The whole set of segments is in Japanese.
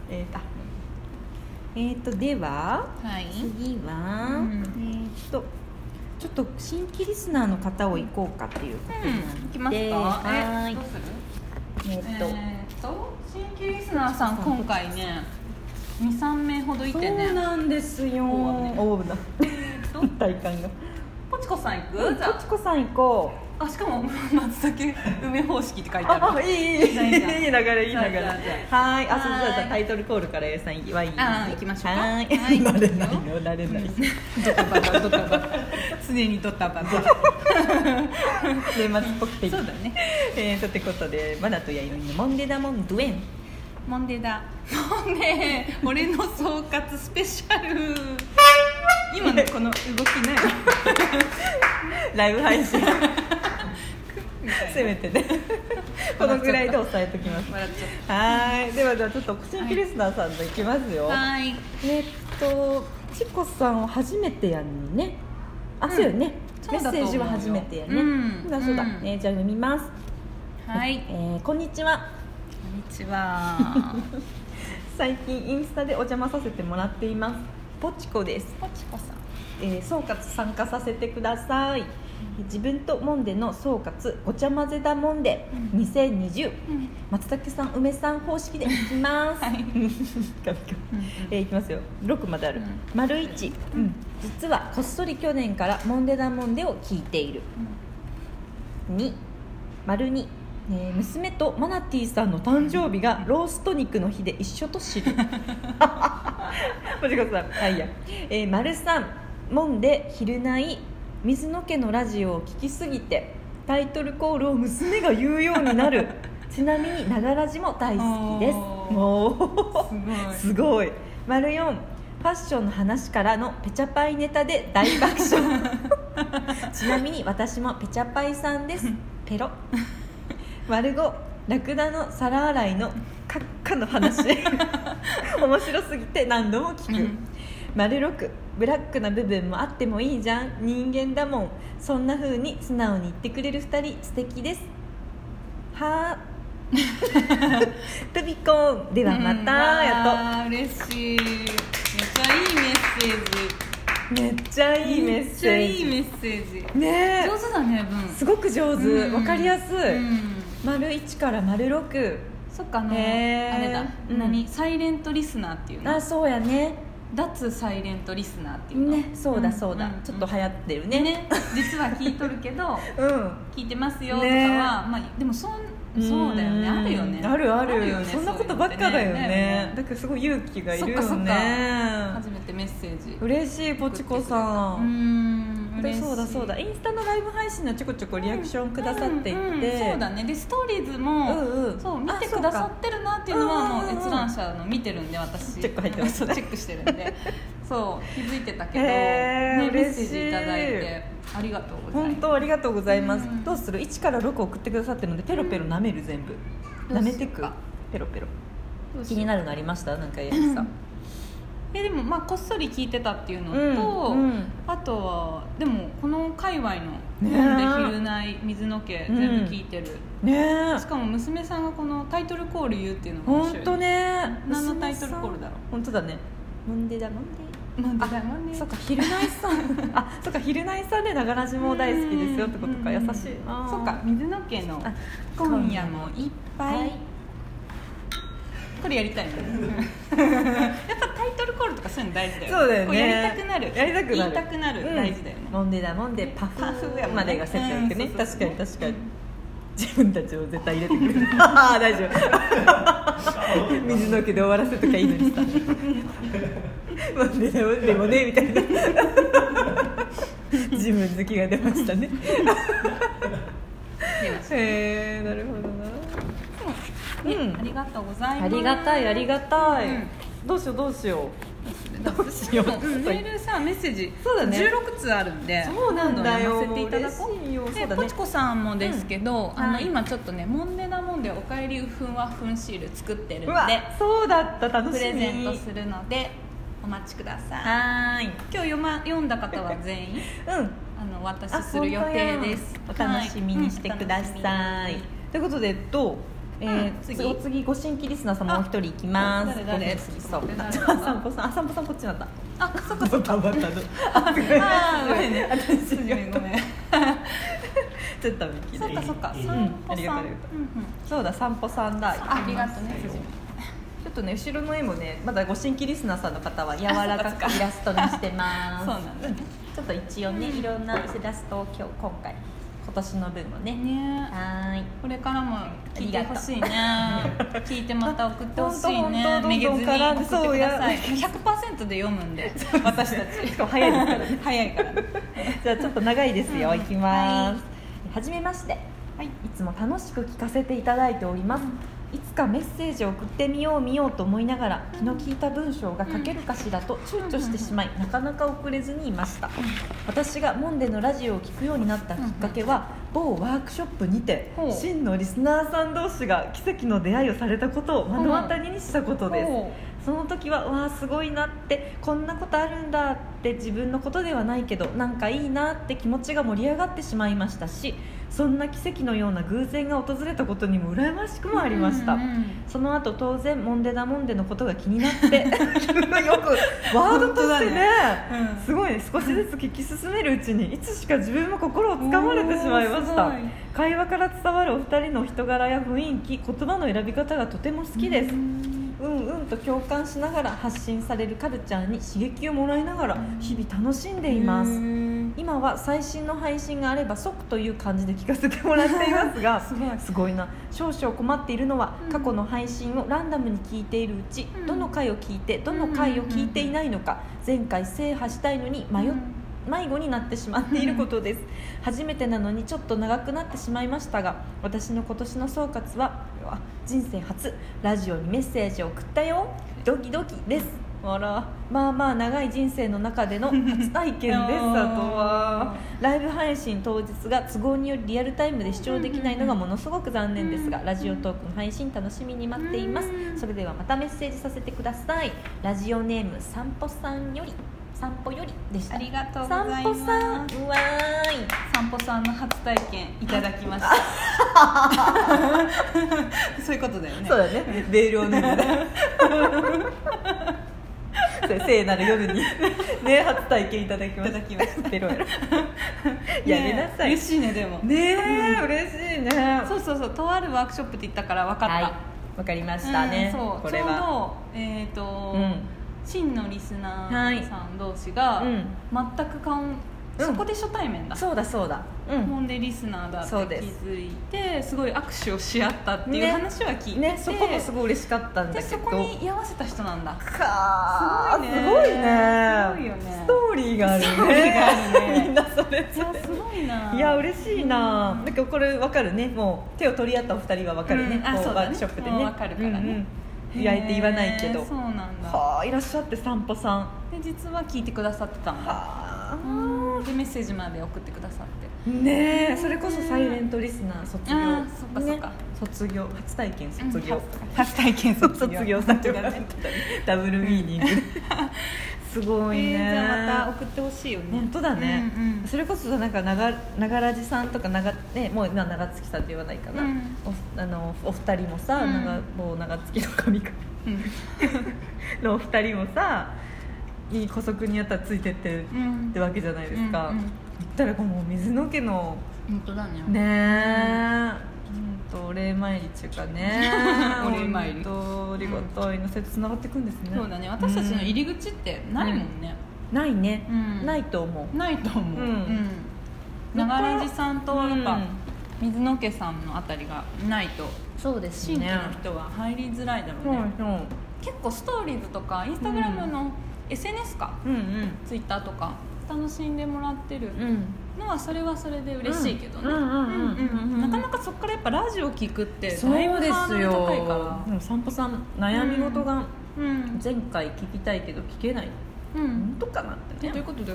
では、 はい、 次は、ちょっと新規リスナーの方を行こうかっていうことなんで、 行きますか。 はい、 どうする？新規リスナーさん今回ね 2,3 名ほどいてね。 そうなんですよ。大な体感が。 ポチコさん行く？ ポチコさん行こう。 しかも松茸梅方式って書いてある。 いい流れ。はい、そうだ、タイトルコールから A さん行きましょうか。 はい、慣れない。 ドタバタ常にドタバタ。 年末っぽくて。 そうだね。 ってことでマナとやいのにモンデダモンドゥエン。 モンデだ。もうね、俺の総括スペシャル。今のこの動きないライブ配信せめてねこのぐらいで抑えときます。はい、ではちょっと新規リスナーさんといきますよ。 はい。 チコさんは初めてやんね。そうよね。メッセージは初めてやね。そうだ。じゃあ読みます。 はい。 こんにちは。 こんにちは。 最近インスタでお邪魔させてもらっています。ポチコです。 ポチコさん。 総括参加させてください。自分とモンデの総括ごちゃ混ぜだモンデ2020、松茸さん梅さん方式でいきます。いきますよ。6まである。丸1、実はこっそり去年からモンデだモンデを聞いている。2、丸2、娘とマナティさんの誕生日がロースト肉の日で一緒と知る。もしこさん、いや。丸3、モンデ昼内水野家のラジオを聞きすぎてタイトルコールを娘が言うようになる。ちなみにながらじも大好きです。もうすごい。丸4、ファッションの話からのペチャパイネタで大爆笑。ちなみに私もペチャパイさんです。ペロ。丸5、ラクダの皿洗いのカッカの話。面白すぎて何度も聞く。丸6、ブラックな部分もあってもいいじゃん、人間だもん。そんな風に素直に言ってくれる2人素敵です。はープビコンではまた、やと嬉しい。めっちゃいいメッセージ。 めっちゃいいメッセージね。 上手だね。 すごく上手。わかりやすい。丸1から丸6。 そっか。あれだ、サイレントリスナーっていうの。 そうやね。 脱サイレントリスナーっていうのね。そうだ、ちょっと流行ってるね。 実は聞いとるけど聞いてますよとかは、でもそうだよね。あるよね。 あるよね。そんなことばっかだよね。だからすごい勇気がいるよね。 初めてメッセージ。 嬉しい。ポチコさん。そうだ。インスタのライブ配信のちょこちょこリアクションくださっていて、 そうだね。でストーリーズもそう見てくださってるなっていうのは閲覧者の見てるんで、私チェック入ってます。 チェックしてるんで、そう気づいてたけどメッセージいただいてありがとうございます。 本当ありがとうございます。どうする？1から6送ってくださってるのでペロペロ舐める。全部舐めてく。ペロペロ。気になるのありました？なんかやりさ。 でもこっそり聞いてたっていうのと、あとはでもこの界隈のモンデ昼内水野家全部聞いてる。しかも娘さんがこのタイトルコール言うっていうのが面白い。 本当ね。 何のタイトルコールだろう。 本当だね。モンデだモンデ。そっか、昼内さん。そっか、昼内さんでながらじも大好きですよってことか。優しいな。 そっか、水野家の今夜もいっぱい。これやりたいね。やっぱタイトルコールとかそういうの大事だよね。 そうだよね。 やりたくなる。言いたくなる。大事だよね。 モンデだモンデパフまでがセットよくね。確かに。自分たちを絶対入れてくれる。大丈夫。水の毛で終わらせときゃいいのにさ。モンデだモンデもねみたいな。自分好きが出ましたね。なるほどな。 ありがとうございます。 ありがたい。どうしよう。メールさ、メッセージ16通あるんで、 そうなんだよ。 どんどん読ませていただこう。でポチコさんもですけど、今ちょっとねモンデだモンデおかえりふんわふんシール作ってるんで、 そうだった。楽しみ。 プレゼントするのでお待ちください。今日読んだ方は全員お渡しする予定です。 お楽しみにしてください。ということで次ご新規リスナーさんもう一人いきます。 誰次そう散歩さんこっちなんだ。 そっかそっか。 ごめんね。 私ごめん。 ちょっと見切れ。 そっか。 ありがとう。そうだ、散歩さんだ。 ありがとうね。 ちょっとね、後ろの絵もね、まだご新規リスナーさんの方は柔らかくイラストにしてます。 そうなんだね。 ちょっと一応ね、いろんなイラストを今年の分をね。はい。 これからも聞いてほしいね。聞いてまた送ってほしいね。めげずに送ってください。100% で読むんで、私たち。 しかも早いですからね。 早いから。 じゃあちょっと長いですよ。いきます。はじめまして。いつも楽しく聞かせていただいております。いつかメッセージを送ってみようと思いながら、気の利いた文章が書けるかしらと躊躇してしまい、なかなか送れずにいました。私がモンデのラジオを聞くようになったきっかけは、某ワークショップにて真のリスナーさん同士が奇跡の出会いをされたことを目の当たりにしたことです。その時はわあすごいなって、こんなことあるんだって、自分のことではないけどなんかいいなって気持ちが盛り上がってしまいましたし、そんな奇跡のような偶然が訪れたことにも羨ましくもありました。その後当然モンデのことが気になってよくワードとしてね、すごいね、少しずつ聞き進めるうちにいつしか自分も心をつかまれてしまいました。会話から伝わるお二人の人柄や雰囲気、言葉の選び方がとても好きです。と共感しながら発信されるカルチャーに刺激をもらいながら日々楽しんでいます。今は最新の配信があれば即という感じで聞かせてもらっていますがすごいな。少々困っているのは、過去の配信をランダムに聞いているうち、どの回を聞いてどの回を聞いていないのか、前回制覇したいのに迷子になってしまっていることです。初めてなのにちょっと長くなってしまいましたが、私の今年の総括は人生初ラジオにメッセージを送ったよ、ドキドキです。あら、まあまあ長い人生の中での初体験です。あとはライブ配信当日が都合によりリアルタイムで視聴できないのがものすごく残念ですが、ラジオトークの配信楽しみに待っています。それではまたメッセージさせてください。ラジオネーム散歩さんよりでした。 ありがとうございます。 散歩さん、うわーい。 散歩さんの初体験いただきました。そういうことだよね。 そうだね。ベールを脱いで聖なる夜にね、初体験いただきました。ペロやろ。やめなさい。 嬉しいね。でもね、嬉しいね。 そうとあるワークショップって言ったから分かった。 わかりましたね。 これはちょうど真のリスナーさん同士が全くそこで初対面だ。 そうだ、 モンデリスナーだって気づいて、すごい握手をし合ったっていう話は聞いてて、 そこもすごい嬉しかったんだけど、 そこに居合わせた人なんだ。 すごいね。ストーリーがあるね。みんなそれぞれ。 すごいな。 いや嬉しいな。だけどこれ分かるね。もう手を取り合ったお二人は分かるね。ワークショップでね。 分かるからね。 焼いて言わないけど。 そうなんだ。 いらっしゃって散歩さん。 で実は聞いてくださってたんだ。でメッセージまで送ってくださってねえ、それこそサイレントリスナー卒業。 そっか卒業、初体験卒業、 初体験卒業されたダブルミーニング。すごいね。 じゃあまた送ってほしいよね。 本当だね。それこそなんかながらじさんとかね、もう今長月さんって言わないかな。お二人もさ、もう長月の神のお二人もさ、いい姑息にやったらついてってってわけじゃないですか。言ったらもう水の家の本当だね。 ねえ、お礼参りっていうかね。 お礼参り。 ありがたいのせつながっていくんですね。 そうだね。私たちの入り口ってないもんね。 ないね。ないと思う。 ないと思う。長良寺さんとやっぱ水の家さんのあたりがないと、 そうですね。 新規の人は入りづらいだろうね。結構ストーリーズとかインスタグラムのSNS か、ツイッターとか楽しんでもらってるのはそれはそれで嬉しいけどね。なかなかそこからやっぱラジオ聞くってだいぶハードル高いから。 でも散歩さん悩み事が前回聞きたいけど聞けない、本当かなってね。 どういうこと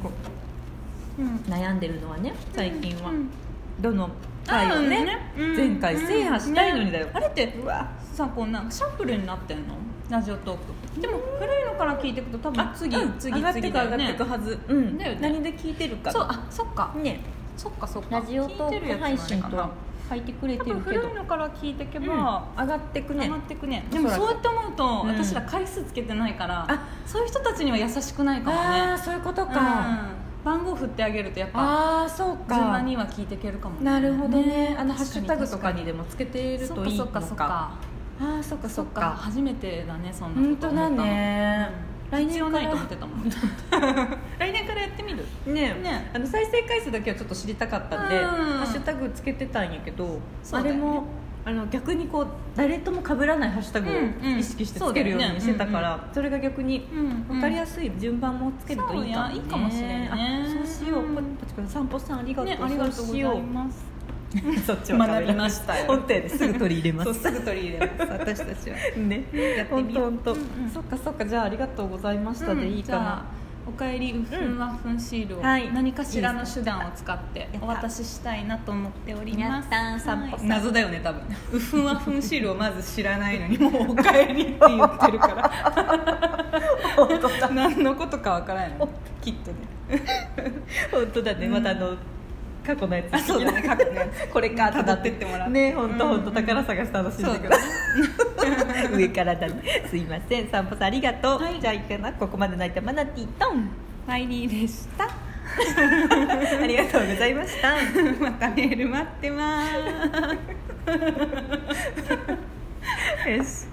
悩んでるのはね、最近はどの回をね、前回制覇したいのにだよ。 あれってさ、こうなんかシャッフルになってんのラジオトークでも古いのから聞いていくと多分次上がっていくはず。 だよね。 何で聞いてるか。 そう、そっかね。 そっかラジオトーク配信と書いてくれてるけど古いのから聞いていけば、 上がってくね。 上がってくね。でもそうやって思うと、私ら回数つけてないから、そういう人たちには優しくないかもね。 ああそういうことか、 番号振ってあげるとやっぱそうか順番には聞いていけるかもね。 なるほどね。ハッシュタグとかにでもつけているといいのか。 そっかそっかそっか。 初めてだねそんなこと本当だね。 来年からないと思ってたもん来年からやってみるね。再生回数だけはちょっと知りたかったんで、ハッシュタグつけてたんやけど、あれも逆にこう誰とも被らないハッシュタグを意識してつけるようにしてたから、それが逆に分かりやすい順番もつけるといいかもね。 いいかもしれないね。 そうしよう。ポチコさん、散歩さんありがとう。 ありがとうございます。 そっちは学びましたよ。 本当やすぐ取り入れます。 すぐ取り入れます。私たちはね。本当。そっかそっか。じゃあありがとうございましたでいいかな。 おかえりうふんわふんシールを何かしらの手段を使ってお渡ししたいなと思っております。謎だよね多分。うふんわふんシールをまず知らないのにもうおかえりって言ってるから本当だ。何のことかわからないのきっとね。 本当だね。また過去のやつ。 そうだね、過去のやつ。 これか辿ってってもらってね。本当宝探し楽しんでください。上からだね。すいません。散歩さんありがとう。じゃあいいかな。ここまで泣いたマナティトンマイリーでした。 ありがとうございました。 またメール待ってます。 よし。